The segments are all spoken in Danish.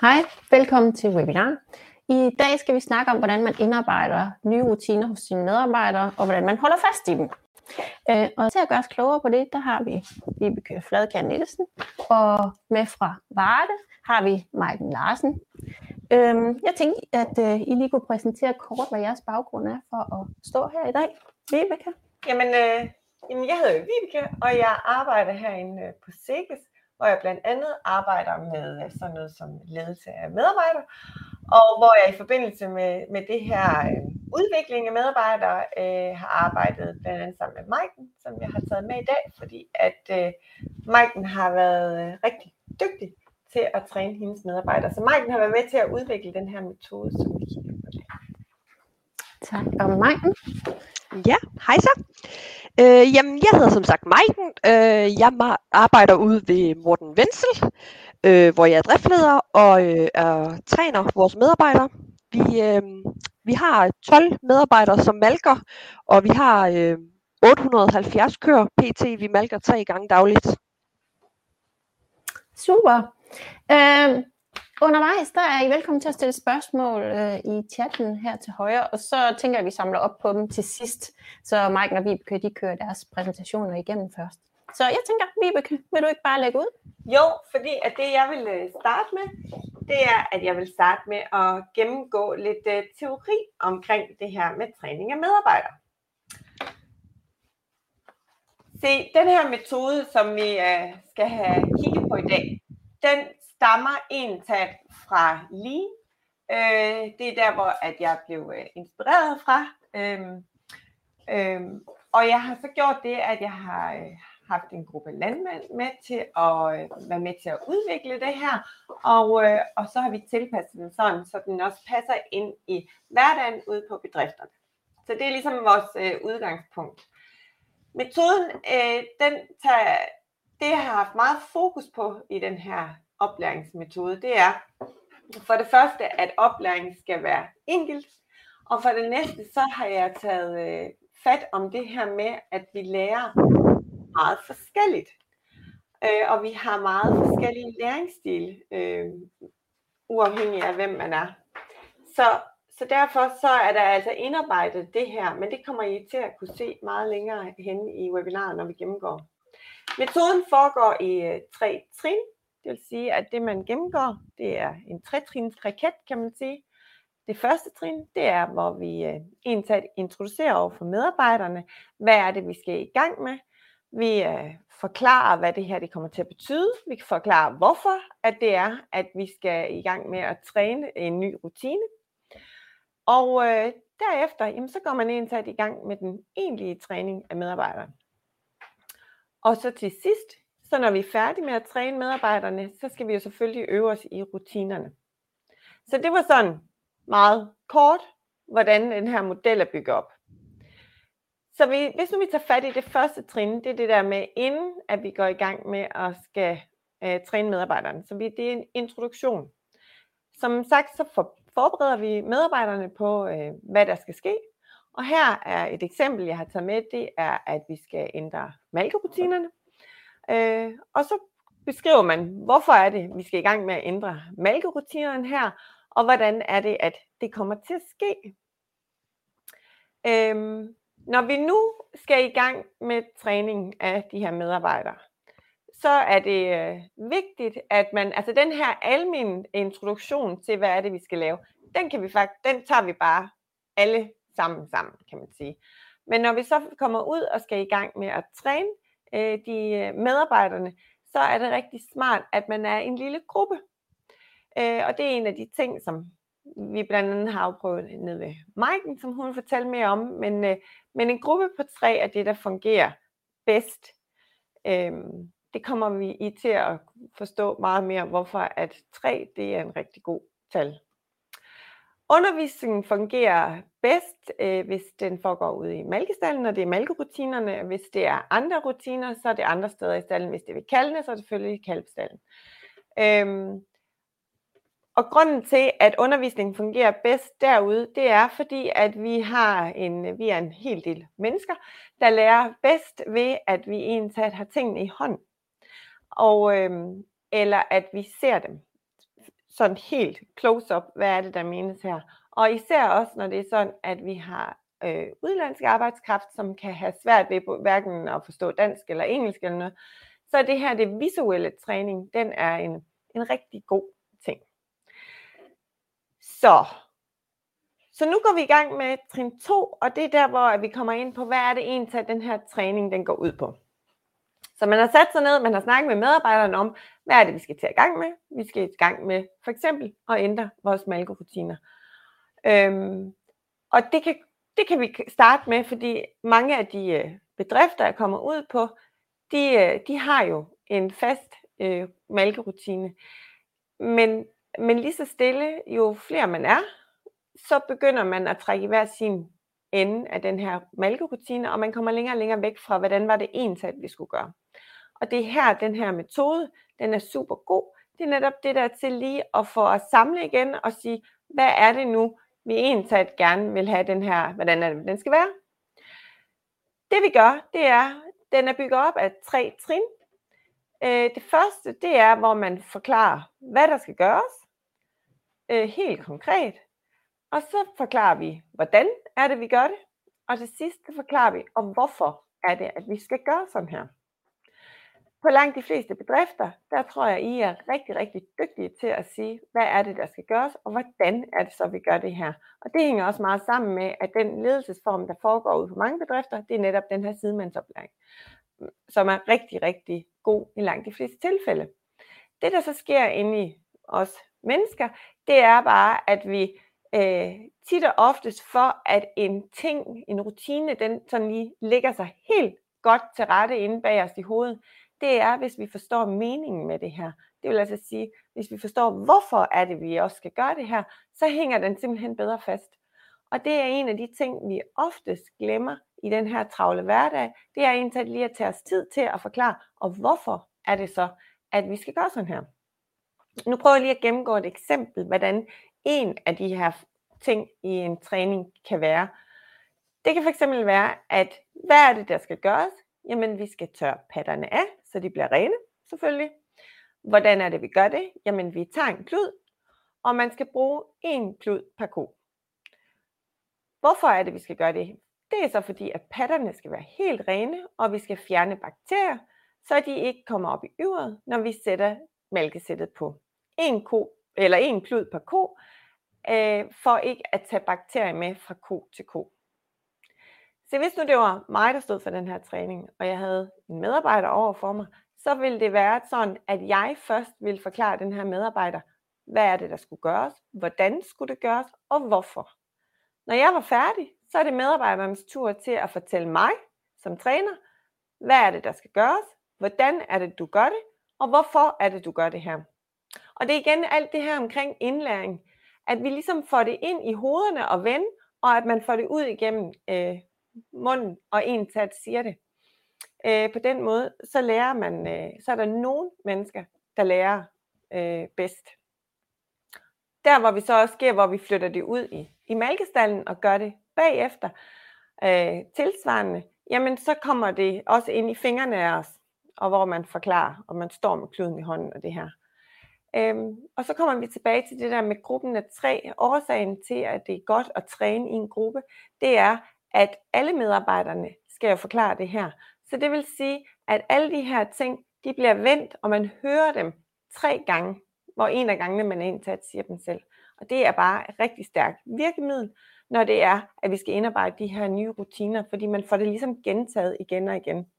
Hej, velkommen til webinar. I dag skal vi snakke om, hvordan man indarbejder nye rutiner hos sine medarbejdere, og hvordan man holder fast i dem. Og til at gøre os klogere på det, der har vi Vibeke Fladkjær Nielsen, og med fra Varde har vi Maiken Larsen. Jeg tænkte, at I lige kunne præsentere kort, hvad jeres baggrund er for at stå her i dag. Vibeke? Jamen, jeg hedder jo Vibeke, og jeg arbejder herinde på SEGES, hvor jeg blandt andet arbejder med sådan noget som ledelse af medarbejdere, og hvor jeg i forbindelse med det her udvikling af medarbejdere har arbejdet blandt andet sammen med Maiken, som jeg har taget med i dag, fordi at Maiken har været rigtig dygtig til at træne hendes medarbejdere. Så Maiken har været med til at udvikle den her metode, som vi kigger på det. Tak. Og Maiken? Ja, hej så. Jamen, jeg hedder som sagt Maiken. Jeg arbejder ude ved Morten Wenzel, hvor jeg er driftleder og træner vores medarbejdere. Vi har 12 medarbejdere som malker, og vi har 870 køer pt. Vi malker 3 gange dagligt. Super. Undervejs, der er I velkommen til at stille spørgsmål i chatten her til højre, og så tænker jeg, at vi samler op på dem til sidst, så Maiken og Vibeke, de kører deres præsentationer igennem først. Så jeg tænker, Vibeke, vil du ikke bare lægge ud? Jo, fordi at det jeg vil starte med, det er, at jeg vil starte med at gennemgå lidt teori omkring det her med træning af medarbejdere. Se, den her metode, som vi skal have kigget på i dag, den stammer egentlig fra Lean. Det er der, hvor at jeg blev inspireret fra. Og jeg har så gjort det, at jeg har haft en gruppe landmænd med til at være med til at udvikle det her. Og så har vi tilpasset den sådan, så den også passer ind i hverdagen ude på bedrifterne. Så det er ligesom vores udgangspunkt. Metoden, det jeg har haft meget fokus på i den her oplæringsmetode, det er for det første, at oplæringen skal være enkelt, og for det næste, så har jeg taget fat om det her med, at vi lærer meget forskelligt, og vi har meget forskellige læringsstil, uafhængig af hvem man er. Så derfor så er der altså indarbejdet det her, men det kommer I til at kunne se meget længere hen i webinaret, når vi gennemgår. Metoden foregår i 3 trin. Det vil sige, at det man gennemgår, det er en 3-trins raket, kan man sige. Det første trin, det er, hvor vi introducerer over for medarbejderne, hvad er det, vi skal i gang med. Vi forklarer, hvad det her det kommer til at betyde. Vi kan forklare, hvorfor at det er, at vi skal i gang med at træne en ny rutine. Og derefter, jamen, så går man egentlig i gang med den egentlige træning af medarbejdere. Og så til sidst, så når vi er færdige med at træne medarbejderne, så skal vi jo selvfølgelig øve os i rutinerne. Så det var sådan meget kort, hvordan den her model er bygget op. Så hvis nu vi tager fat i det første trin, det er det der med, inden at vi går i gang med at skal træne medarbejderne. Så det er en introduktion. Som sagt, så forbereder vi medarbejderne på, hvad der skal ske. Og her er et eksempel, jeg har taget med, det er, at vi skal ændre malkerutinerne. Og så beskriver man, hvorfor er det, vi skal i gang med at ændre malkerutinerne her, og hvordan er det, at det kommer til at ske. Når vi nu skal i gang med træning af de her medarbejdere, så er det vigtigt, at man, altså den her almen introduktion til, hvad er det, vi skal lave, den tager vi bare alle sammen, kan man sige. Men når vi så kommer ud og skal i gang med at træne de medarbejderne, så er det rigtig smart, at man er en lille gruppe. Og det er en af de ting, som vi blandt andet har afprøvet nede ved Maiken, som hun fortæller mere om. Men en gruppe på 3 er det, der fungerer bedst. Det kommer vi i til at forstå meget mere, hvorfor at 3 det er en rigtig god tal. Undervisningen fungerer bedst, hvis den foregår ude i malkestallen, og det er malkerutinerne. Hvis det er andre rutiner, så er det andre steder i stallen. Hvis det er ved kalvene, så er det selvfølgelig i kalvestallen. Og grunden til, at undervisningen fungerer bedst derude, det er fordi, at vi er en hel del mennesker, der lærer bedst ved, at vi egentlig har tingene i hånden. Eller at vi ser dem. sådan helt close-up, hvad er det, der menes her. Og især også, når det er sådan, at vi har udenlandsk arbejdskraft, som kan have svært ved hverken at forstå dansk eller engelsk eller noget, så er det her, det visuelle træning, den er en rigtig god ting. Så nu går vi i gang med trin 2, og det er der, hvor vi kommer ind på, hvad er det egentlig, at den her træning den går ud på. Så man har sat sig ned, man har snakket med medarbejderne om, hvad er det, vi skal til at gang med. Vi skal i gang med for eksempel at ændre vores malkerutiner. Og det kan vi starte med, fordi mange af de bedrifter, jeg kommer ud på, de har jo en fast malkerutine. Men lige så stille, jo flere man er, så begynder man at trække i hver sin ende af den her malkerutine, og man kommer længere og længere væk fra, hvordan var det egentlig, vi skulle gøre. Og det er her, den her metode, den er super god. Det er netop det der til lige at få os samle igen og sige, hvad er det nu, vi egentlig gerne vil have den her, hvordan er det, den skal være. Det vi gør, det er, den er bygget op af 3 trin. Det første, det er, hvor man forklarer, hvad der skal gøres, helt konkret. Og så forklarer vi, hvordan er det, vi gør det. Og til sidst forklarer vi, om hvorfor er det, at vi skal gøre sådan her. På langt de fleste bedrifter, der tror jeg, I er rigtig, rigtig dygtige til at sige, hvad er det, der skal gøres, og hvordan er det så, vi gør det her. Og det hænger også meget sammen med, at den ledelsesform, der foregår ude på mange bedrifter, det er netop den her sidemandsoplæring, som er rigtig, rigtig god i langt de fleste tilfælde. Det, der så sker inde i os mennesker, det er bare, at vi tit og oftest for, at en rutine, den sådan lige ligger sig helt godt til rette inde bag os i hovedet, det er, hvis vi forstår meningen med det her. Det vil altså sige, hvis vi forstår, hvorfor er det, vi også skal gøre det her, så hænger den simpelthen bedre fast. Og det er en af de ting, vi oftest glemmer i den her travle hverdag, det er egentlig lige at tage os tid til at forklare, og hvorfor er det så, at vi skal gøre sådan her. Nu prøver jeg lige at gennemgå et eksempel, hvordan en af de her ting i en træning kan være. Det kan fx være, at hvad er det, der skal gøres? Jamen, vi skal tørre patterne af, så de bliver rene, selvfølgelig. Hvordan er det, vi gør det? Jamen, vi tager en klud, og man skal bruge 1 klud per ko. Hvorfor er det, vi skal gøre det? Det er så fordi, at patterne skal være helt rene, og vi skal fjerne bakterier, så de ikke kommer op i yveret, når vi sætter mælkesættet på. 1 klud per ko, for ikke at tage bakterier med fra ko til ko. Så hvis nu det var mig, der stod for den her træning, og jeg havde en medarbejder over for mig, så ville det være sådan, at jeg først ville forklare den her medarbejder, hvad er det, der skulle gøres, hvordan skulle det gøres, og hvorfor. Når jeg var færdig, så er det medarbejdernes tur til at fortælle mig som træner, hvad er det, der skal gøres, hvordan er det, du gør det, og hvorfor er det, du gør det her. Og det er igen alt det her omkring indlæring, at vi ligesom får det ind i hovederne og vende, og at man får det ud igennem munden, og en til at sige det. På den måde, så lærer man, så er der nogle mennesker, der lærer bedst. Der hvor vi så også sker, hvor vi flytter det ud i malkestallen og gør det bagefter tilsvarende, jamen så kommer det også ind i fingrene af os, og hvor man forklarer, og man står med kluden i hånden og det her. Og så kommer vi tilbage til det der med gruppen af 3. Årsagen til, at det er godt at træne i en gruppe, det er, at alle medarbejderne skal jo forklare det her. Så det vil sige, at alle de her ting, de bliver vendt, og man hører dem 3 gange, hvor en af gangene man egentlig siger dem selv. Og det er bare et rigtig stærkt virkemiddel, når det er, at vi skal indarbejde de her nye rutiner, fordi man får det ligesom gentaget igen og igen.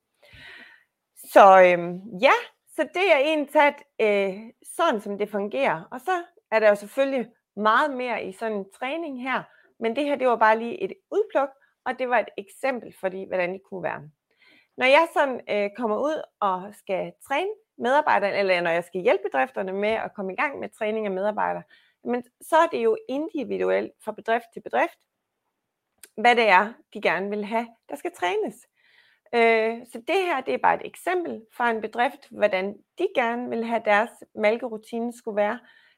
Så det er egentlig sådan, som det fungerer. Og så er der jo selvfølgelig meget mere i sådan en træning her, men det her, det var bare lige et udpluk, og det var et eksempel for, hvordan det kunne være. Når jeg sådan kommer ud og skal træne medarbejdere, eller når jeg skal hjælpe bedrifterne med at komme i gang med træning af medarbejdere, men så er det jo individuelt fra bedrift til bedrift, hvad det er, de gerne vil have, der skal trænes. Så det her, det er bare et eksempel fra en bedrift, hvordan de gerne vil have deres malkerutine skulle være.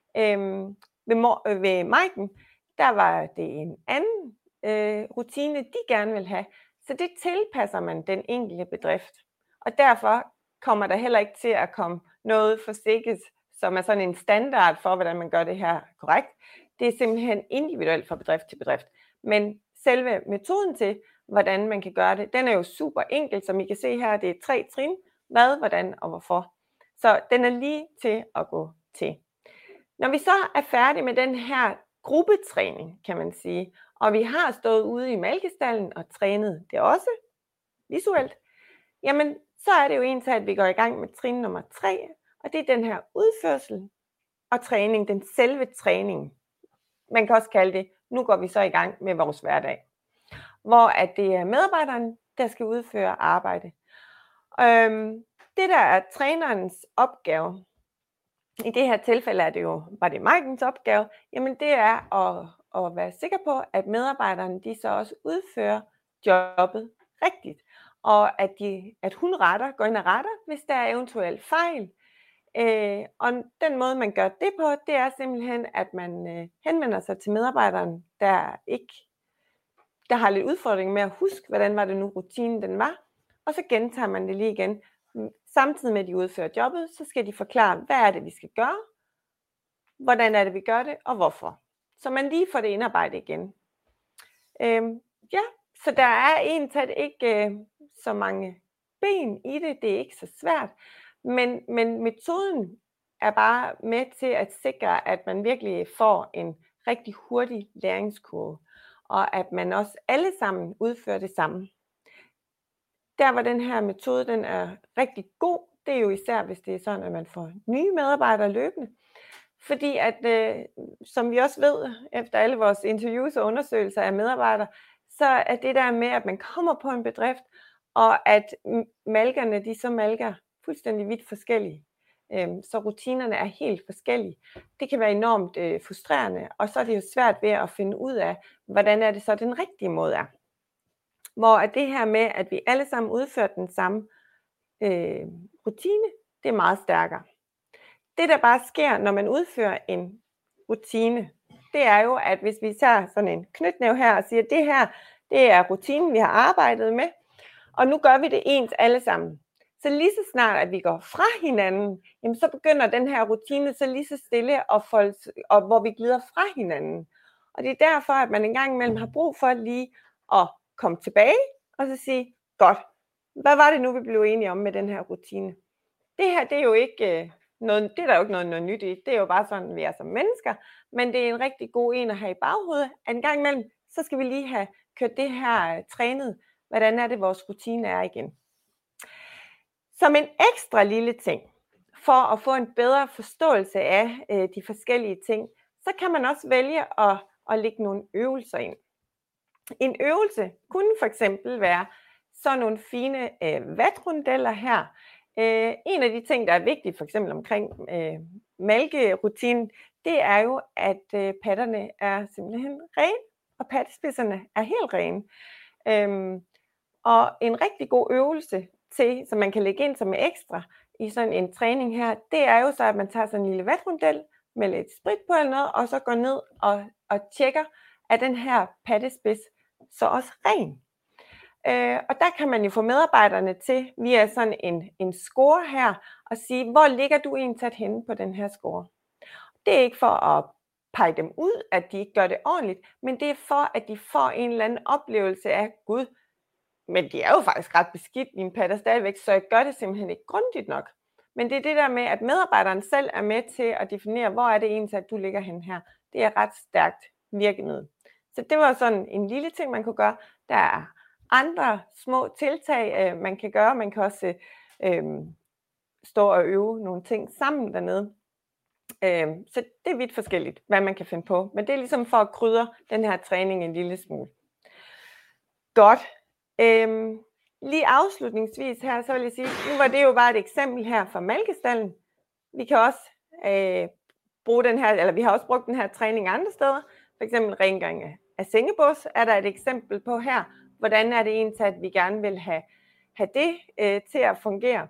Ved Maiken, der var det en anden rutine, de gerne vil have. Så det tilpasser man den enkelte bedrift. Og derfor kommer der heller ikke til at komme noget forsikkes, som er sådan en standard for, hvordan man gør det her korrekt. Det er simpelthen individuelt fra bedrift til bedrift. Men selve metoden til, hvordan man kan gøre det, den er jo super enkel, som I kan se her. Det er 3 trin. Hvad, hvordan og hvorfor. Så den er lige til at gå til. Når vi så er færdige med den her gruppetræning, kan man sige, og vi har stået ude i mælkestallen og trænet det også visuelt, jamen så er det jo egentlig, at vi går i gang med trin nummer 3, og det er den her udførsel og træning, den selve træning. Man kan også kalde det, nu går vi så i gang med vores hverdag, hvor at det er medarbejderen, der skal udføre arbejde. Det der er trænerens opgave, i det her tilfælde er det jo, var det Maikens opgave, jamen det er at være sikker på, at medarbejderne de så også udfører jobbet rigtigt, og at hun går ind og retter, hvis der er eventuelt fejl. Og den måde, man gør det på, det er simpelthen, at man henvender sig til medarbejderen, der har lidt udfordring med at huske, hvordan var det nu rutinen den var, og så gentager man det lige igen. Samtidig med, at de udfører jobbet, så skal de forklare, hvad er det, vi skal gøre, hvordan er det, vi gør det, og hvorfor. Så man lige får det indarbejdet igen. Så der er egentlig ikke så mange ben i det, det er ikke så svært, men metoden er bare med til at sikre, at man virkelig får en rigtig hurtig læringskurve, og at man også alle sammen udfører det samme. Der hvor den her metode den er rigtig god, det er jo især hvis det er sådan, at man får nye medarbejdere løbende. Fordi at, som vi også ved, efter alle vores interviews og undersøgelser af medarbejdere, så er det der med, at man kommer på en bedrift, og at malkerne, de så malker fuldstændig vidt forskellige. Så rutinerne er helt forskellige. Det kan være enormt frustrerende, og så er det jo svært ved at finde ud af, hvordan er det så den rigtige måde er. Hvor at det her med, at vi alle sammen udfører den samme rutine, det er meget stærkere. Det der bare sker, når man udfører en rutine, det er jo, at hvis vi tager sådan en knytnæve her og siger, at det her, det er rutinen, vi har arbejdet med, og nu gør vi det ens alle sammen. Så lige så snart, at vi går fra hinanden, jamen så begynder den her rutine så lige så stille og hvor vi glider fra hinanden. Og det er derfor, at man en gang imellem har brug for lige at komme tilbage og så sige, godt, hvad var det nu, vi blev enige om med den her rutine? Det her, det er jo ikke noget nyt i. Det er jo bare sådan, vi er som mennesker, men det er en rigtig god en at have i baghovedet. En gang imellem, så skal vi lige have kørt det her trænet. Hvordan er det, vores rutine er igen? Som en ekstra lille ting, for at få en bedre forståelse af de forskellige ting, så kan man også vælge at lægge nogle øvelser ind. En øvelse kunne for eksempel være sådan nogle fine vatrondeller her. En af de ting, der er vigtige, for eksempel omkring mælkerutinen, det er jo, at patterne er simpelthen rene, og pattespidserne er helt rene. Og en rigtig god øvelse til, som man kan lægge ind som ekstra i sådan en træning her, det er jo så, at man tager sådan en lille vatrondel med lidt sprit på eller noget, og så går ned og tjekker, at den her pattespids så også ren. Og der kan man jo få medarbejderne til via sådan en score her og sige, hvor ligger du egentlig henne på den her score. Det er ikke for at pege dem ud, at de ikke gør det ordentligt, men det er for, at de får en eller anden oplevelse af, Gud, men de er jo faktisk ret beskidt, mine patter stadigvæk, så jeg gør det simpelthen ikke grundigt nok. Men det er det der med, at medarbejderen selv er med til at definere, hvor er det egentlig, at du ligger henne her. Det er ret stærkt virkemiddel. Så det var sådan en lille ting, man kunne gøre. Der er andre små tiltag, man kan gøre. Man kan også stå og øve nogle ting sammen dernede. Så det er vidt forskelligt, hvad man kan finde på. Men det er ligesom for at krydre den her træning en lille smule. Godt. Lige afslutningsvis her, så vil jeg sige, nu var det jo bare et eksempel her fra mælkestallen. Vi kan også bruge den her, eller vi har også brugt den her træning andre steder. For eksempel rengøring af sengebås er der et eksempel på her. Hvordan er det egentlig, at vi gerne vil have det til at fungere.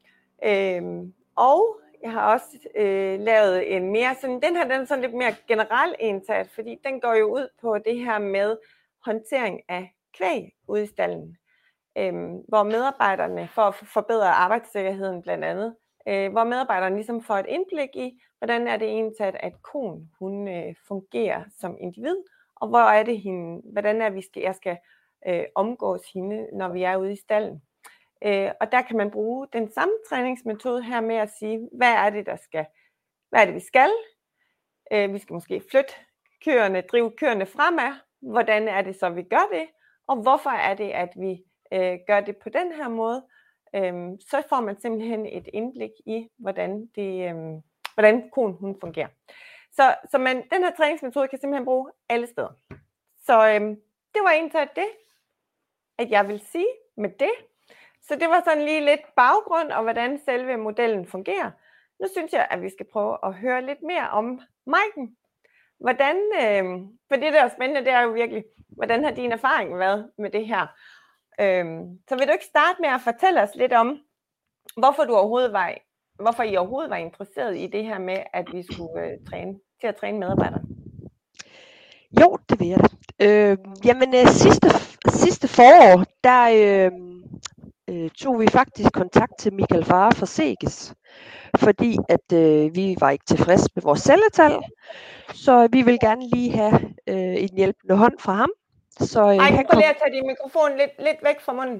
Og jeg har også lavet en mere sådan, den er sådan lidt mere generel indsats, fordi den går jo ud på det her med håndtering af kvæg ude i stallen, hvor medarbejderne for at forbedre arbejdssikkerheden blandt andet hvor medarbejderen ligesom får et indblik i, hvordan er det egentlig, at koen hun fungerer som individ, og hvor er det hvordan er jeg skal omgås hende, når vi er ude i stalden. Og der kan man bruge den samme træningsmetode her med at sige, hvad er det vi skal? Vi skal måske drive køerne fremad. Hvordan er det så, vi gør det? Og hvorfor er det, at vi gør det på den her måde? Så får man simpelthen et indblik i, hvordan koen hun fungerer. Så den her træningsmetode kan simpelthen bruge alle steder. Så det var egentlig det, at jeg vil sige med det. Så det var sådan lige lidt baggrund og hvordan selve modellen fungerer. Nu synes jeg, at vi skal prøve at høre lidt mere om Maiken. For det der er spændende, det er jo virkelig, hvordan har din erfaring været med det her? Så vil du ikke starte med at fortælle os lidt om, hvorfor I overhovedet var interesseret i det her med, at vi skulle træne medarbejdere? Jo, det vil jeg da. Sidste forår, der tog vi faktisk kontakt til Michael Farre fra Seges, fordi at vi var ikke tilfredse med vores celletal, så vi vil gerne lige have en hjælpende hånd fra ham. Så, prøv lige at tage din mikrofon lidt væk fra munden.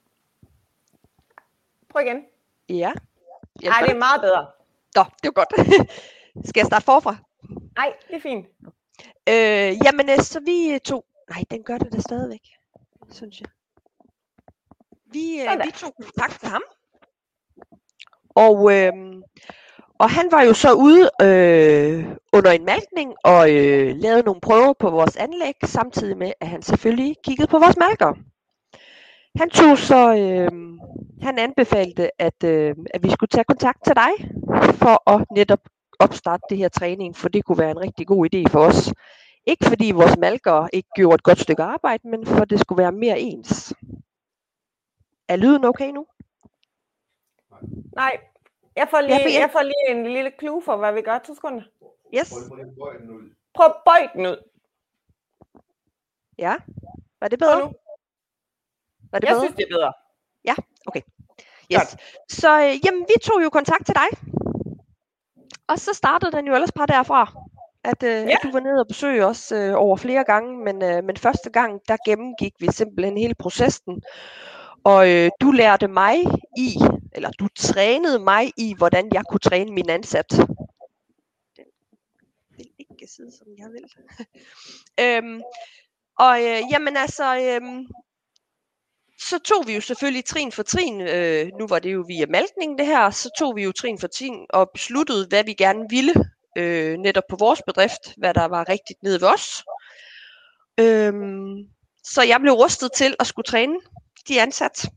Prøv igen. Ja. Nej, det er meget bedre. Nå, det var godt. Skal jeg starte forfra? Nej, det er fint. Så vi tog... Nej, den gør det da stadigvæk, synes jeg. Vi tog kontakt til ham. Og han var jo så ude under en malkning og lavede nogle prøver på vores anlæg, samtidig med, at han selvfølgelig kiggede på vores malker. Han anbefalede, at vi skulle tage kontakt til dig, for at netop opstarte det her træning, for det kunne være en rigtig god idé for os. Ikke fordi vores malkere ikke gjorde et godt stykke arbejde, men for det skulle være mere ens. Er lyden okay nu? Nej, jeg får lige en lille clue for, hvad vi gør. 2 sekunder. Yes. Prøv at bøje den ud. Ja, var det bedre? Jeg synes, det er bedre. Ja, okay. Yes. Så vi tog jo kontakt til dig. Og så startede den jo ellers bare derfra. At du var nede og besøge os over flere gange, men første gang, der gennemgik vi simpelthen hele processen. Og du lærte mig du trænede mig i, hvordan jeg kunne træne min ansat. Den vil ikke sidde, som jeg vil. Så tog vi jo selvfølgelig trin for trin, nu var det jo via malkning det her, så tog vi jo trin for trin og besluttede, hvad vi gerne ville, netop på vores bedrift, hvad der var rigtigt nede ved os. Så jeg blev rustet til at skulle træne de ansatte.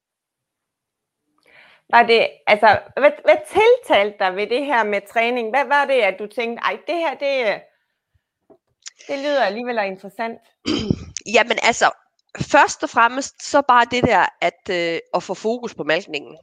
Var det, altså, hvad tiltalte dig ved det her med træning? Hvad var det, at du tænkte, det her, det lyder alligevel interessant? Jamen altså, først og fremmest så bare det der, at få fokus på malkningen.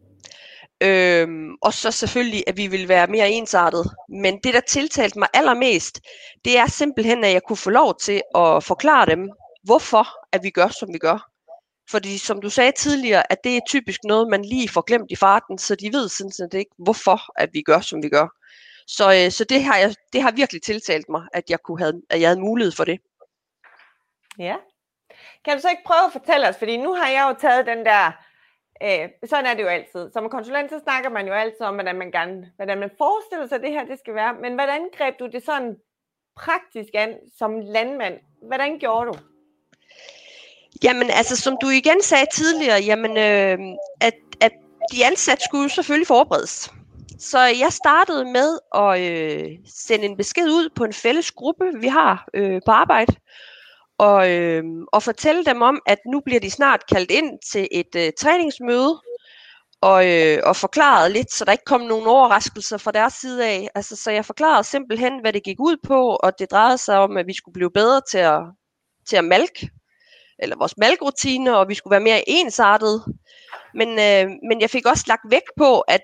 Og så selvfølgelig, at vi ville være mere ensartet. Men det, der tiltalte mig allermest, det er simpelthen, at jeg kunne få lov til at forklare dem, hvorfor at vi gør, som vi gør. Fordi som du sagde tidligere, at det er typisk noget, man lige får glemt i farten, så de ved sådan set ikke, hvorfor at vi gør, som vi gør. Så det har virkelig tiltalt mig, at jeg havde mulighed for det. Ja. Kan du så ikke prøve at fortælle os, fordi nu har jeg jo taget den der, sådan er det jo altid. Som konsulent, så snakker man jo altid om, hvordan man forestiller sig, det her det skal være. Men hvordan greb du det sådan praktisk an som landmand? Hvordan gjorde du? Jamen altså, som du igen sagde tidligere, at de ansatte skulle jo selvfølgelig forberedes. Så jeg startede med at sende en besked ud på en fælles gruppe, vi har på arbejde, og fortælle dem om, at nu bliver de snart kaldt ind til et træningsmøde, og forklarede lidt, så der ikke kom nogen overraskelser fra deres side af. Altså, så jeg forklarede simpelthen, hvad det gik ud på, og det drejede sig om, at vi skulle blive bedre til at malke, eller vores malkerutine, og vi skulle være mere ensartet. Men jeg fik også lagt vægt på, at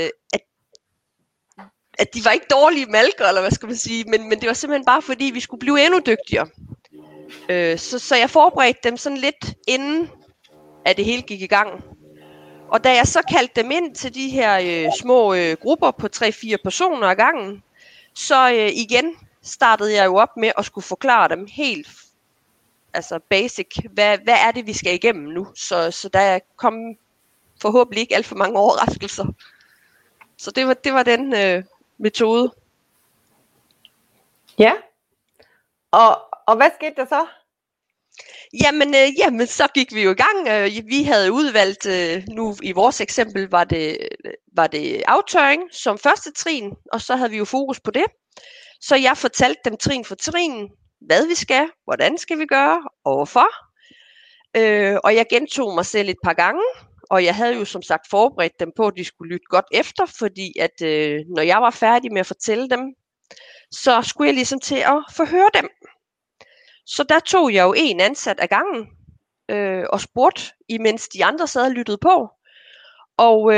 de var ikke dårlige malker, eller hvad skal man sige, men det var simpelthen bare fordi, vi skulle blive endnu dygtigere. Så jeg forberedte dem sådan lidt inden, at det hele gik i gang. Og da jeg så kaldte dem ind til de her små grupper på 3-4 personer ad gangen, så igen startede jeg jo op med at skulle forklare dem helt basic, hvad er det, vi skal igennem nu. Så der kom forhåbentlig ikke alt for mange overraskelser. Så det var den metode. Ja. Og hvad skete der så? Jamen, så gik vi jo i gang. Vi havde udvalgt, nu i vores eksempel var det aftørring som første trin, og så havde vi jo fokus på det. Så jeg fortalte dem trin for trin, hvad vi skal, hvordan skal vi gøre, og hvorfor. Og jeg gentog mig selv et par gange, og jeg havde jo som sagt forberedt dem på, at de skulle lytte godt efter, fordi at når jeg var færdig med at fortælle dem, så skulle jeg ligesom til at forhøre dem. Så der tog jeg jo en ansat ad gangen og spurgte, imens de andre sad og lyttede på. Og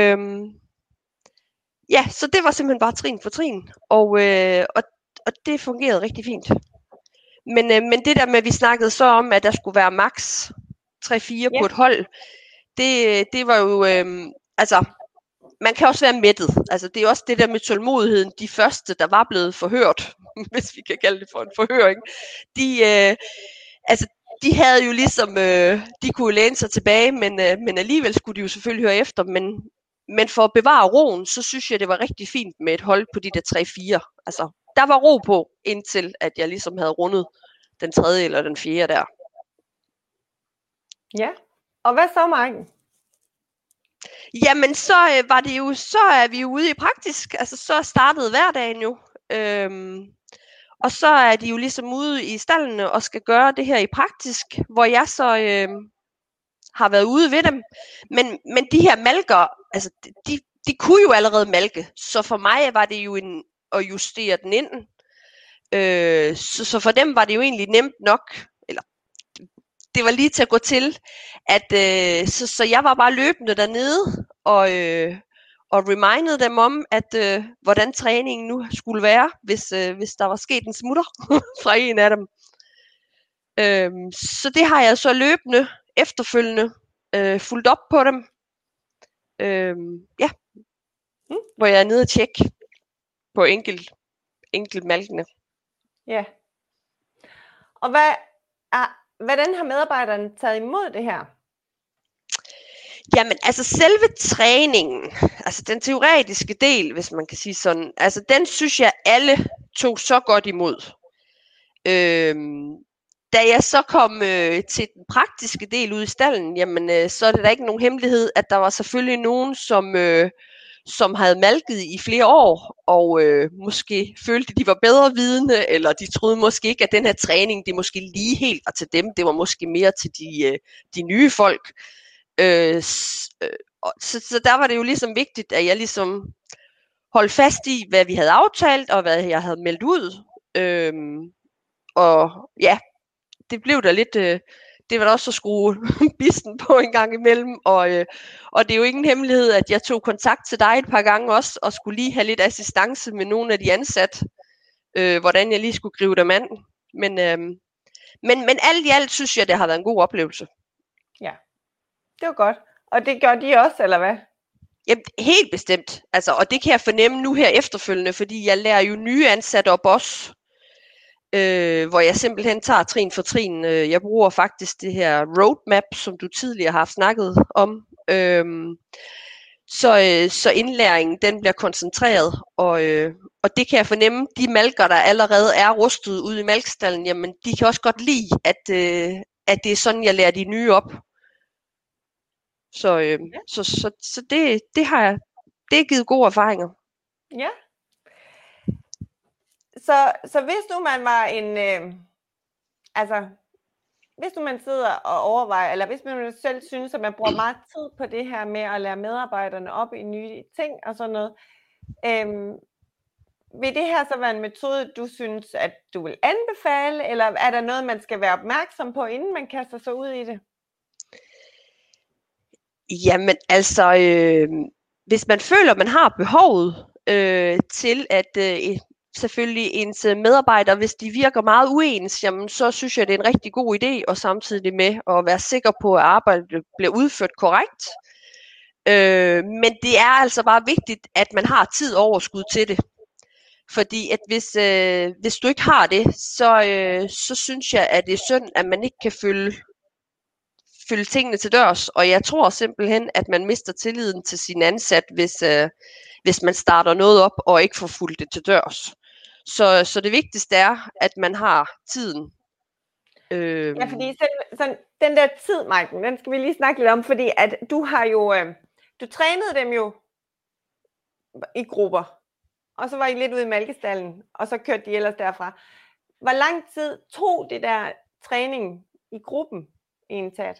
så det var simpelthen bare trin for trin. Og det fungerede rigtig fint. Men det der med, at vi snakkede så om, at der skulle være maks 3-4 på et hold, det var jo, man kan også være mættet. Altså det er også det der med tålmodigheden. De første, der var blevet forhørt, hvis vi kan kalde det for en forhøring, de havde jo ligesom, de kunne læne sig tilbage, men alligevel skulle de jo selvfølgelig høre efter. Men for at bevare roen, så synes jeg, det var rigtig fint med et hold på de der 3-4. Altså, der var ro på, indtil at jeg ligesom havde rundet den 3. eller den 4. der. Ja, og hvad så, Maiken? Jamen, så er vi jo ude i praktisk. Altså, så startede hverdagen jo. Og så er de jo ligesom ude i stallene og skal gøre det her i praktisk, hvor jeg så har været ude ved dem. Men de her malker, altså, de kunne jo allerede malke. Så for mig var det jo at justere den ind. Så for dem var det jo egentlig nemt nok, eller det var lige til at gå til, at så jeg var bare løbende dernede og remindede dem om, at hvordan træningen nu skulle være, hvis der var sket en smutter fra en af dem. Så det har jeg så løbende efterfølgende fulgt op på dem. Hvor jeg er nede og tjekke på enkelt malkene. Ja. Og hvordan har medarbejderne taget imod det her? Jamen, altså selve træningen, altså den teoretiske del, hvis man kan sige sådan, altså den synes jeg alle tog så godt imod. Da jeg så kom til den praktiske del ude i stallen, jamen så er det da ikke nogen hemmelighed, at der var selvfølgelig nogen, som havde malket i flere år, og måske følte, de var bedre vidende, eller de troede måske ikke, at den her træning, det måske lige helt var til dem, det var måske mere til de nye folk. Så der var det jo ligesom vigtigt, at jeg ligesom holdt fast i, hvad vi havde aftalt, og hvad jeg havde meldt ud. Og ja, det blev da lidt, det var da også at skrue bisten på en gang imellem, og det er jo ingen hemmelighed, at jeg tog kontakt til dig et par gange også, og skulle lige have lidt assistance med nogle af de ansatte, hvordan jeg lige skulle gribe dem an. Men alt i alt synes jeg, det har været en god oplevelse. Ja, det var godt. Og det gør de også, eller hvad? Jamen, helt bestemt. Altså, og det kan jeg fornemme nu her efterfølgende, fordi jeg lærer jo nye ansatte op også. Hvor jeg simpelthen tager trin for trin. Jeg bruger faktisk det her roadmap, som du tidligere har snakket om. Så indlæringen, den bliver koncentreret, og det kan jeg fornemme, de malker, der allerede er rustet ude i malkstallen, jamen de kan også godt lide, at det er sådan, jeg lærer de nye op. Så det er givet gode erfaringer. Ja. Så hvis nu man var hvis nu man sidder og overvejer, eller hvis man selv synes, at man bruger meget tid på det her med at lære medarbejderne op i nye ting og sådan noget, vil det her så være en metode, du synes, at du vil anbefale, eller er der noget, man skal være opmærksom på, inden man kaster sig ud i det? Jamen altså, hvis man føler, man har behovet til at selvfølgelig ens medarbejdere, hvis de virker meget uens, jamen så synes jeg, det er en rigtig god idé, og samtidig med at være sikker på, at arbejdet bliver udført korrekt. Men det er altså bare vigtigt, at man har tid og overskud til det. Fordi at hvis du ikke har det, så synes jeg, at det er synd, at man ikke kan følge tingene til dørs. Og jeg tror simpelthen, at man mister tilliden til sin ansat, hvis man starter noget op og ikke får fulgt det til dørs. Så det vigtigste er, at man har tiden. Ja, fordi sådan, den der tid, Maiken, den skal vi lige snakke lidt om, fordi at du har jo, du trænede dem jo i grupper, og så var I lidt ude i Malkestallen, og så kørte de ellers derfra. Hvor lang tid tog det der træning i gruppen i en tat?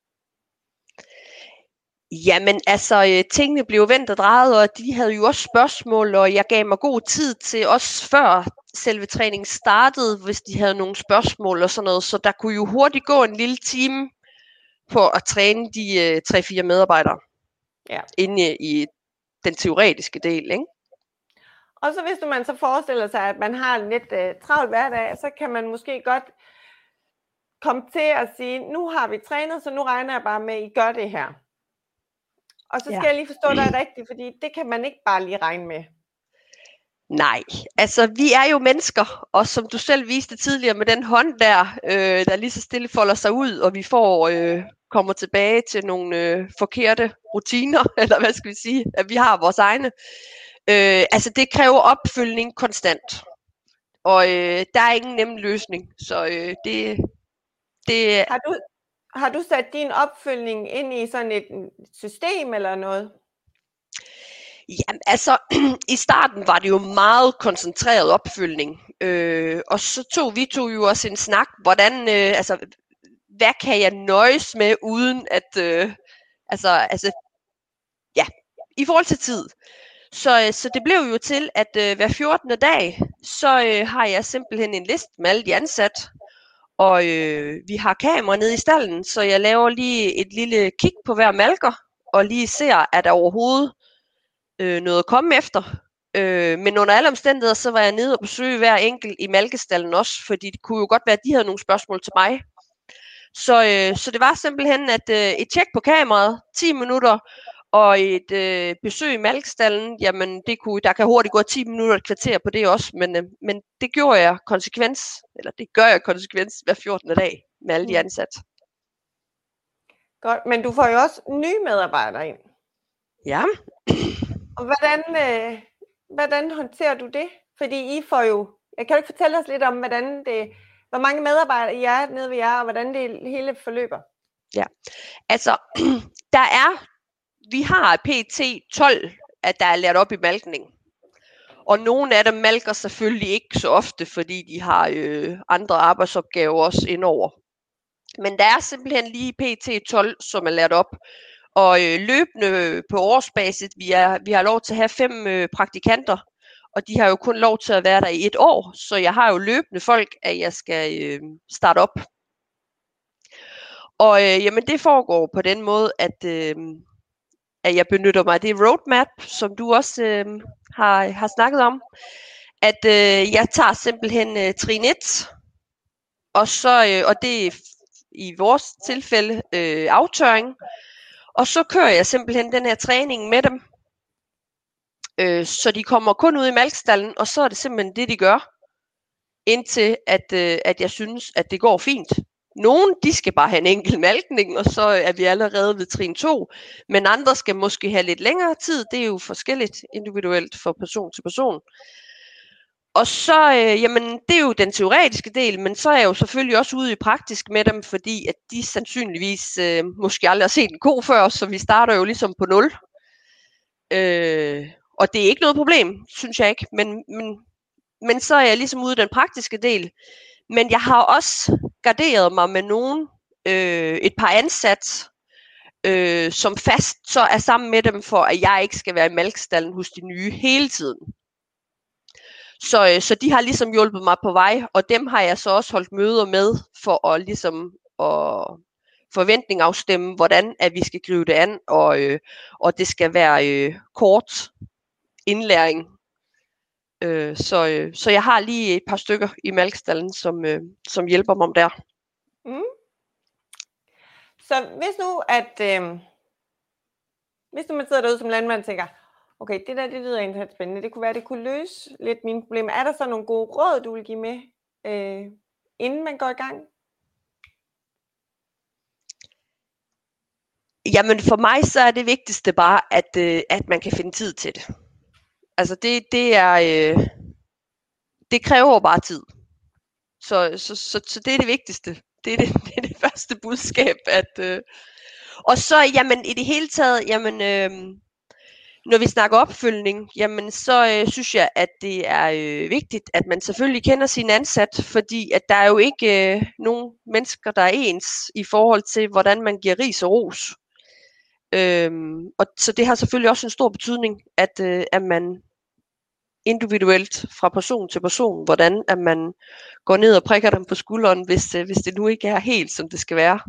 Jamen altså, tingene blev vendt og drejet, og de havde jo også spørgsmål, og jeg gav mig god tid til også før selve træningen startede, hvis de havde nogle spørgsmål og sådan noget, så der kunne jo hurtigt gå en lille time på at træne de 3-4 medarbejdere inde i den teoretiske del, ikke? Og så hvis man så forestiller sig, at man har en lidt travlt hverdag, så kan man måske godt komme til at sige, nu har vi trænet, så nu regner jeg bare med, at I gør det her. Og så skal jeg lige forstå dig rigtigt, fordi det kan man ikke bare lige regne med. Nej, altså vi er jo mennesker, og som du selv viste tidligere med den hånd der lige så stille folder sig ud, og vi kommer tilbage til nogle forkerte rutiner, eller hvad skal vi sige, at vi har vores egne. Altså det kræver opfølgning konstant, og der er ingen nem løsning, så det. Har du sat din opfølgning ind i sådan et system eller noget? Jamen altså, i starten var det jo meget koncentreret opfølgning, og så tog vi jo også en snak, hvordan, hvad kan jeg nøjes med uden at, i forhold til tid. Så det blev jo til, at hver 14. dag, så har jeg simpelthen en liste med alle de ansatte, og vi har kamera nede i stallen, så jeg laver lige et lille kig på hver malker, og lige ser, er der overhovedet noget at komme efter. Men under alle omstændigheder, så var jeg nede og besøge hver enkelt i malkestallen også, fordi det kunne jo godt være, at de havde nogle spørgsmål til mig. Så det var simpelthen at et tjek på kameraet, 10 minutter, og et besøg i malkestallen, jamen der kan hurtigt gå 10 minutter et kvarter på det også, men det gjorde jeg det gør jeg konsekvens hver 14. dag med alle de ansatte. Godt, men du får jo også nye medarbejdere ind. Ja. Og hvordan håndterer du det? Fordi I får jo, jeg kan jo ikke fortælle os lidt om, hvor mange medarbejdere I er nede ved jer, og hvordan det hele forløber? Ja, altså vi har pt. 12, at der er lært op i malkning. Og nogle af dem malker selvfølgelig ikke så ofte, fordi de har andre arbejdsopgaver også indover. Men der er simpelthen lige pt. 12, som er lært op. Og løbende på årsbasis, vi har lov til at have 5 praktikanter, og de har jo kun lov til at være der i 1 år, så jeg har jo løbende folk, at jeg skal starte op. Og jamen det foregår på den måde, at jeg benytter mig af det roadmap, som du også har snakket om, at jeg tager simpelthen trin 1, og det er i vores tilfælde aftørring, og så kører jeg simpelthen den her træning med dem, så de kommer kun ud i malkestallen, og så er det simpelthen det, de gør, indtil at jeg synes, at det går fint. Nogle, de skal bare have en enkelt malkning, og så er vi allerede ved trin 2, men andre skal måske have lidt længere tid. Det er jo forskelligt individuelt fra person til person. Og så, jamen, det er jo den teoretiske del, men så er jeg jo selvfølgelig også ude i praktisk med dem, fordi at de sandsynligvis måske aldrig har set en ko før, så vi starter jo ligesom på 0. Og det er ikke noget problem, synes jeg ikke, men så er jeg ligesom ude i den praktiske del. Men jeg har også garderet mig med et par ansat, som fast så er sammen med dem, for at jeg ikke skal være i malkestallen hos de nye hele tiden. Så de har ligesom hjulpet mig på vej, og dem har jeg så også holdt møder med, for at ligesom forventningsafstemme, hvordan at vi skal gribe det an, og det skal være kort indlæring. Så jeg har lige et par stykker i malkestallen, som hjælper mig om der. Mm. Så hvis nu, at Hvis man sidder derude som landmand og tænker, okay, det der, det lyder egentlig spændende, det kunne være, det kunne løse lidt mine problemer. Er der så nogle gode råd, du vil give med, inden man går i gang? Jamen for mig så er det vigtigste bare, at man kan finde tid til det. Altså det kræver bare tid. Så det er det vigtigste. Det er det første budskab. Og så jamen i det hele taget, jamen når vi snakker opfølgning, jamen så synes jeg, at det er vigtigt, at man selvfølgelig kender sin ansat, fordi at der er jo ikke nogen mennesker, der er ens i forhold til, hvordan man giver ris og ros. Og så det har selvfølgelig også en stor betydning, at man individuelt fra person til person, hvordan at man går ned og prikker dem på skulderen, hvis det nu ikke er helt, som det skal være.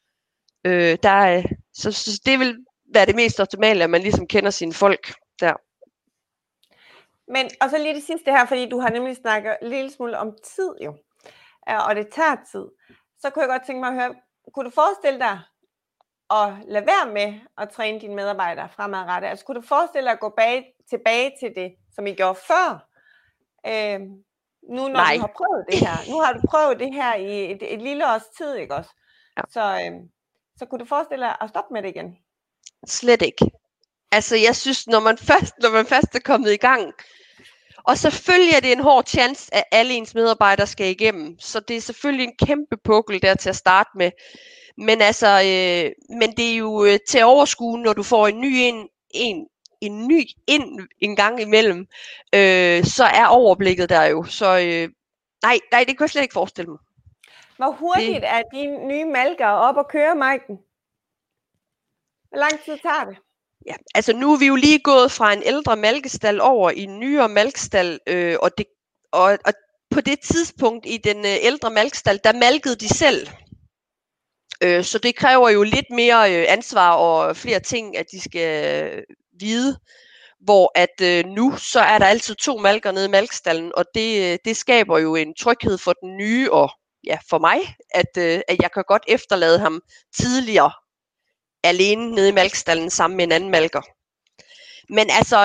Så det vil være det mest optimale, at man ligesom kender sine folk der. Men, og så lige det sidste her, fordi du har nemlig snakket en lille smule om tid jo, og det tager tid. Så kunne jeg godt tænke mig at høre, kunne du forestille dig at lade være med at træne dine medarbejdere fremadrettet? Altså kunne du forestille dig at gå tilbage til det, som I gjorde før? Nu når Nej. du har prøvet det her. Nu har du prøvet det her i et lille års tid, ikke også? Ja. Så kunne du forestille dig at stoppe med det igen? Slet ikke. Altså jeg synes, når man først er kommet i gang, og selvfølgelig er det en hård chance, at alle ens medarbejdere skal igennem, så det er selvfølgelig en kæmpe pukkel der til at starte med. Men altså, men det er jo til overskue, når du får en ny ind en gang imellem, så er overblikket der jo. Så nej, det kan jeg slet ikke forestille mig. Hvor hurtigt er dine nye malkere op at køre, Maiken? Hvor lang tid tager det? Ja, altså nu er vi jo lige gået fra en ældre malkestal over i en nyere malkestal, og på det tidspunkt i den ældre malkestal, der malkede de selv. Så det kræver jo lidt mere ansvar og flere ting, at de skal vide. Hvor at nu, så er der altid 2 malker nede i malkestallen, og det skaber jo en tryghed for den nye, og ja, for mig, at jeg kan godt efterlade ham tidligere alene nede i malkestallen sammen med en anden malker. Men altså,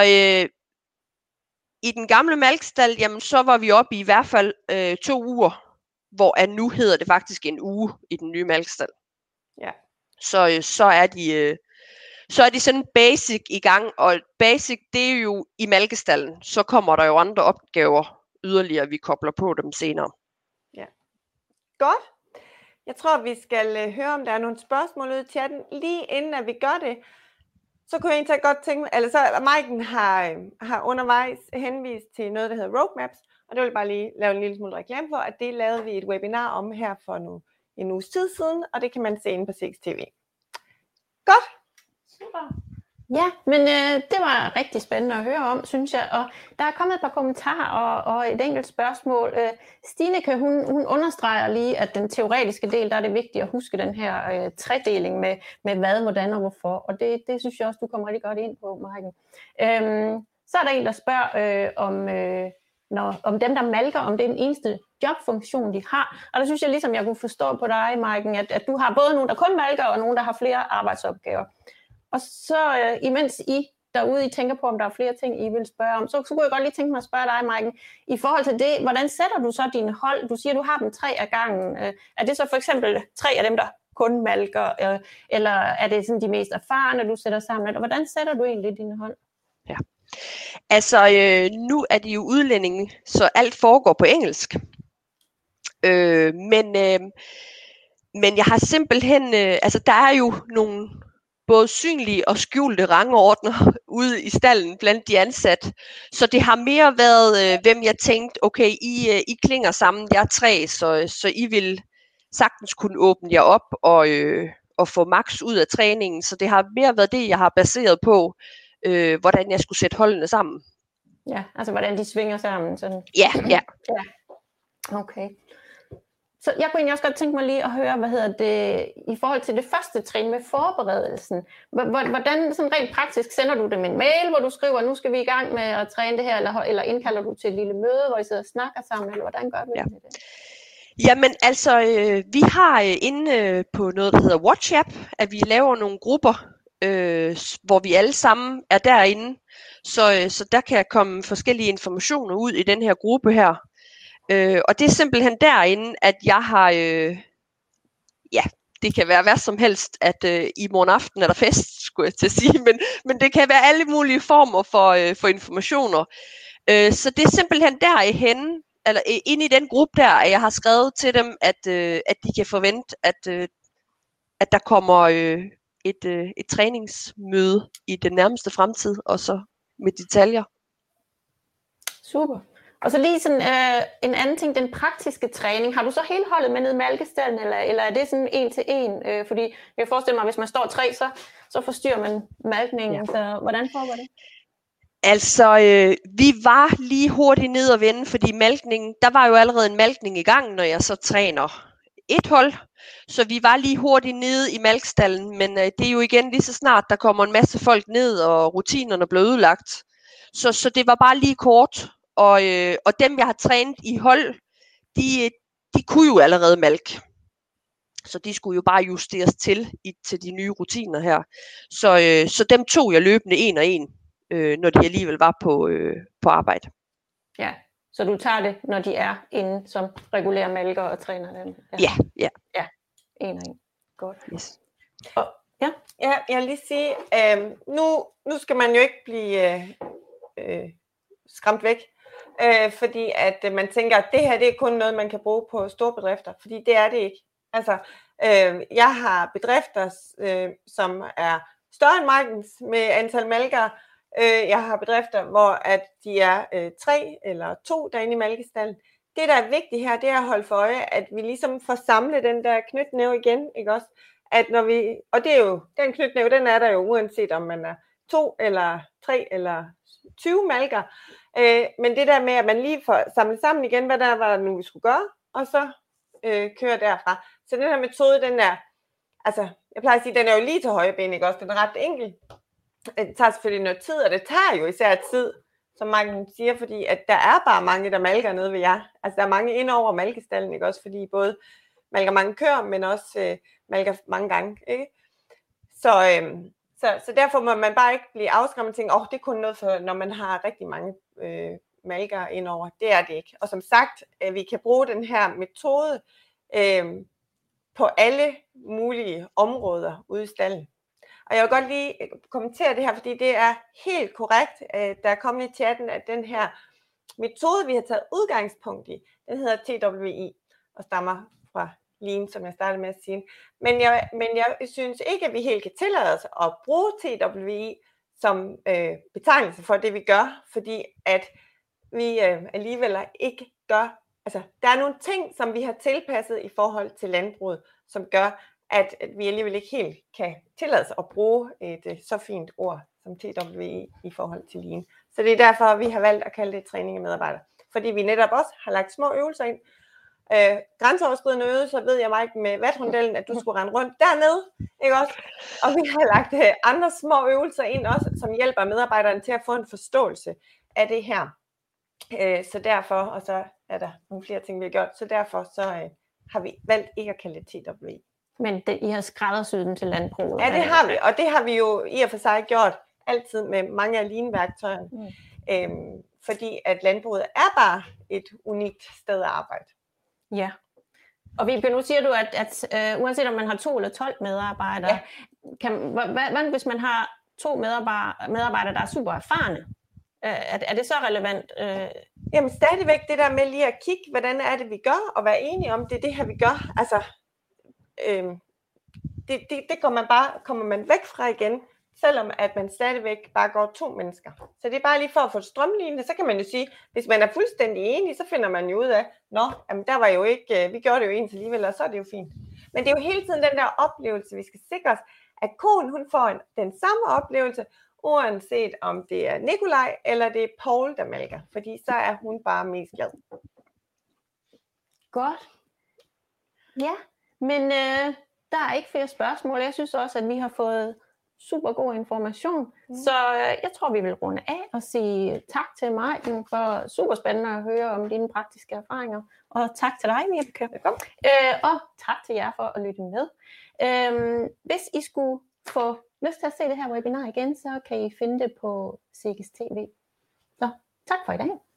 i den gamle malkestal, jamen så var vi oppe i hvert fald 2 uger, hvor at nu hedder det faktisk en uge i den nye malkestal. Ja. Så er de sådan basic i gang, og basic det er jo i malkestallen. Så kommer der jo andre opgaver yderligere, vi kobler på dem senere. Ja. Godt. Jeg tror, vi skal høre, om der er nogle spørgsmål ude i chatten. Lige inden at vi gør det, så kunne jeg egentlig godt tænke mig, eller så Maiken har undervejs henvist til noget, der hedder Roadmaps, og det vil jeg bare lige lave en lille smule reklame for, at det lavede vi et webinar om her for en uges tid siden, og det kan man se inde på CXTV. Godt. Super. Ja, men det var rigtig spændende at høre om, synes jeg. Og der er kommet et par kommentarer og et enkelt spørgsmål. Stineke, hun understreger lige, at den teoretiske del, der er det vigtigt at huske den her tredeling med hvad, hvordan og hvorfor. Og det synes jeg også, du kommer rigtig godt ind på, Maiken. Så er der en, der spørger om dem, der malker, om det er den eneste jobfunktion, de har. Og der synes jeg ligesom, jeg kunne forstå på dig, Maiken, at du har både nogen, der kun malker, og nogen, der har flere arbejdsopgaver. Og så imens I derude, I tænker på, om der er flere ting, I vil spørge om, så kunne jeg godt lige tænke mig at spørge dig, Maiken, i forhold til det, hvordan sætter du så dine hold? Du siger, du har dem 3 af gangen. Er det så for eksempel 3 af dem, der kun malker, eller er det sådan de mest erfarne, du sætter sammen? Eller hvordan sætter du egentlig dine hold? Ja. Altså, nu er de jo udlændinge, så alt foregår på engelsk. Men jeg har simpelthen, altså der er jo nogle både synlige og skjulte rangordner ude i stallen blandt de ansatte. Så det har mere været, hvem jeg tænkte, okay, I klinger sammen, jeg er 3, så I vil sagtens kunne åbne jer op og få max ud af træningen. Så det har mere været det, jeg har baseret på, hvordan jeg skulle sætte holdene sammen. Ja, altså hvordan de svinger sammen. Sådan. Ja. Okay. Så jeg kunne egentlig også godt tænke mig lige at høre, i forhold til det første trin med forberedelsen. Hvordan sådan rent praktisk sender du dem en mail, hvor du skriver, nu skal vi i gang med at træne det her, eller indkalder du til et lille møde, hvor I sidder og snakker sammen, eller hvordan gør du det? Jamen altså, vi har inde på noget, der hedder WhatsApp, at vi laver nogle grupper hvor vi alle sammen er derinde. Så der kan komme forskellige informationer ud i den her gruppe her. Og det er simpelthen derinde, at jeg har, ja, det kan være hvad som helst, at i morgen aften er der fest, skulle jeg til at sige, men det kan være alle mulige former for informationer. Så det er simpelthen derhen, eller inde i den gruppe der, at jeg har skrevet til dem, at de kan forvente, at der kommer et træningsmøde i den nærmeste fremtid, og så med detaljer. Super. Og så lige sådan en anden ting, den praktiske træning. Har du så hele holdet med ned i malkestallen, eller er det sådan en til en? Fordi jeg kan forestille mig, at hvis man står 3, så forstyrrer man malkningen. Ja. Så hvordan foregår det? Altså, vi var lige hurtigt ned og vende, fordi malkningen, der var jo allerede en malkning i gang, når jeg så træner et hold. Så vi var lige hurtigt nede i malkstallen, men det er jo igen lige så snart, der kommer en masse folk ned, og rutinerne blev ødelagt. Så det var bare lige kort. Og dem, jeg har trænet i hold, de kunne jo allerede malk. Så de skulle jo bare justeres til de nye rutiner her. Så dem tog jeg løbende en og en, når de alligevel var på arbejde. Ja, så du tager det, når de er inde som regulære malker og træner dem? Ja. Ja, en og en. Godt. Yes. Ja, jeg vil lige sige, nu skal man jo ikke blive skræmt væk, fordi at man tænker, at det her det er kun noget, man kan bruge på store bedrifter, fordi det er det ikke. Altså, jeg har bedrifter, som er større end Markens med antal malkere. Jeg har bedrifter, hvor at de er 3 eller 2 derinde i malkestallen. Det, der er vigtigt her, det er at holde for øje, at vi ligesom får samlet den der knytnæve igen, ikke også? At når vi, og det er jo, den knytnæve, den er der jo uanset om man er 2 eller 3 eller 20 malker. Men det der med, at man lige får samlet sammen igen, hvad der var nu vi skulle gøre, og så køre derfra. Så den her metode, den er, altså, jeg plejer at sige, den er jo lige til højre ben, ikke også? Den er ret enkel. Det tager selvfølgelig noget tid, og det tager jo især tid, som mange siger, fordi at der er bare mange, der malker nede ved jer. Altså, der er mange ind over malkestallen, ikke også? Fordi både malker mange køer, men også malker mange gange, ikke? Så derfor må man bare ikke blive afskræmmet og tænke, det er kun noget for, når man har rigtig mange malker indover. Det er det ikke. Og som sagt, vi kan bruge den her metode på alle mulige områder ude i stallen. Og jeg vil godt lige kommentere det her, fordi det er helt korrekt, der er kommet i chatten, at den her metode, vi har taget udgangspunkt i, den hedder TWI og stammer fra Lean, som jeg startede med at sige. Men jeg synes ikke, at vi helt kan tillade os at bruge TWI som betegnelse for det, vi gør, fordi at vi alligevel ikke gør, altså der er nogle ting, som vi har tilpasset i forhold til landbruget, som gør, at vi alligevel ikke helt kan tillade os at bruge et så fint ord som TWI i forhold til Lean. Så det er derfor, vi har valgt at kalde det træning af medarbejdere. Fordi vi netop også har lagt små øvelser ind. Grænseoverskridende øvelser, ved jeg Mike, med watt-rondellen, at du skulle rende rundt dernede, ikke også? Og vi har lagt andre små øvelser ind også, som hjælper medarbejderne til at få en forståelse af det her. Så derfor, og så er der nogle flere ting, vi har gjort, så derfor så har vi valgt ikke at kalde det TWI. Men I har skræddersyet dem til landbruget? Ja, det har vi, og det har vi jo i og for sig gjort altid med mange af Lean-værktøjerne. Fordi at landbruget er bare et unikt sted at arbejde. Ja, og Vibeke, nu siger du, at uanset om man har 2 eller 12 medarbejdere, hvad hvis man har 2 medarbejdere, der er super erfarne? Er det så relevant? Jamen stadigvæk det der med lige at kigge, hvordan er det, vi gør, og være enige om, det er det her, vi gør. Altså, det kommer man væk fra igen, selvom at man stadigvæk bare går 2 mennesker. Så det er bare lige for at få strømlignet. Så kan man jo sige, hvis man er fuldstændig enig, så finder man jo ud af, jamen der var jo ikke, vi gjorde det jo ens alligevel, og så er det jo fint. Men det er jo hele tiden den der oplevelse, vi skal sikre os, at konen hun får den samme oplevelse, uanset om det er Nikolaj eller det er Paul, der malker. Fordi så er hun bare mest glad. Godt. Ja, men der er ikke flere spørgsmål. Jeg synes også, at vi har fået super god information. Så jeg tror, vi vil runde af og sige tak til Maiken for super spændende at høre om dine praktiske erfaringer. Og tak til dig, Vibeke. Og tak til jer for at lytte med. Hvis I skulle få lyst til at se det her webinar igen, så kan I finde det på CX TV. Så tak for i dag.